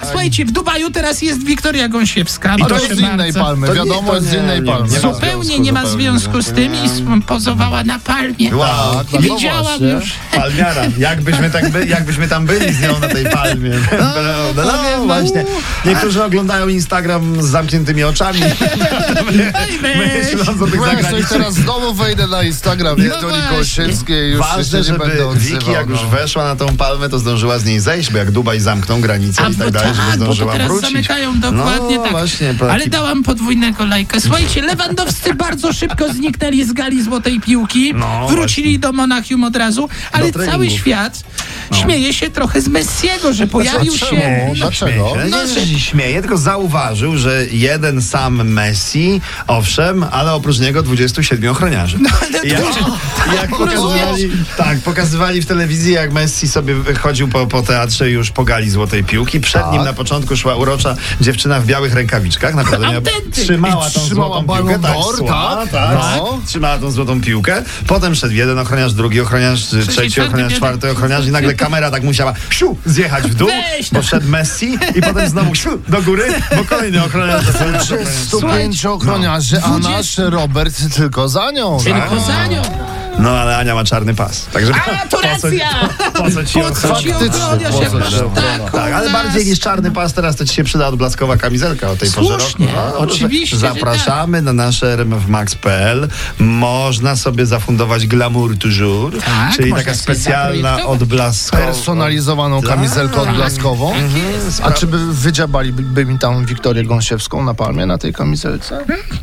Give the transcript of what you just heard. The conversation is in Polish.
słuchajcie, w Dubaju teraz jest Wiktoria Gąsiewska. I to proszę jest z innej bardzo. palmy, wiadomo, z innej palmy. Zupełnie nie ma związku z tym i pozowała na palmie. Wow, no Widziałam właśnie. już. palmiara. Jakbyśmy tam byli z nią na tej palmie. No właśnie. Niektórzy oglądają Instagram z zamkniętymi oczami. Myśląc o tych Właśnie, zagranicznych. teraz znowu wejdę na Instagram Wiktorii właśnie. Gąsiewskiej, już Ważne, się nie żeby będę odzywał. Wiki, jak już no. weszła na tą palmę, to zdążyła z niej zejść, bo jak Dubaj zamknął granicę i tak dalej, żeby bo to zdążyła teraz wrócić. zamykają dokładnie No, tak. właśnie, Ale dałam podwójnego lajka. Słuchajcie, Lewandowscy bardzo szybko zniknęli z gali złotej piłki. No, Wrócili do Monachium od razu, ale treningu. cały świat śmieje się trochę z Messiego, że pojawił się... Czemu? Dlaczego? Nie, No, że się śmieje, tylko zauważył, że jeden sam Messi, owszem, ale oprócz niego 27 ochroniarzy. ale I jak pokazywali w telewizji, jak Messi sobie chodził po teatrze już po gali złotej piłki. Przed nim na początku szła urocza dziewczyna w białych rękawiczkach. Naprawdę Autentyk. trzymała tą Trzymała złotą Ballon piłkę. d'Or, Szła, tak? no. Trzymała tą złotą piłkę. Potem szedł jeden ochroniarz, drugi ochroniarz, trzeci ochroniarz, czwarty ochroniarz i nagle kamera tak musiała zjechać w dół, Weź, bo szedł Messi i potem znowu do góry, bo kolejny ochroniarz. 105 ochroniarzy, a nasz Robert tylko za nią. Tylko za nią. No ale Ania ma czarny pas. Także A, to racja! po co ci Po co ci Faktycznie, ochroniarz, po jak co masz ci taką Tak, ale bardziej laskę? niż czarny pas teraz to ci się przyda odblaskowa kamizelka o tej porze roku. Słusznie, oczywiście, że Zapraszamy na nasze RMFMax.pl. Można sobie zafundować Glamour Toujours, Tak, czyli można taka sobie specjalna zaprojektować. odblaskowa. Personalizowaną kamizelkę odblaskową. A czy by wydziabaliby mi tam Wiktorię Gąsiewską na palmie, na tej kamizelce?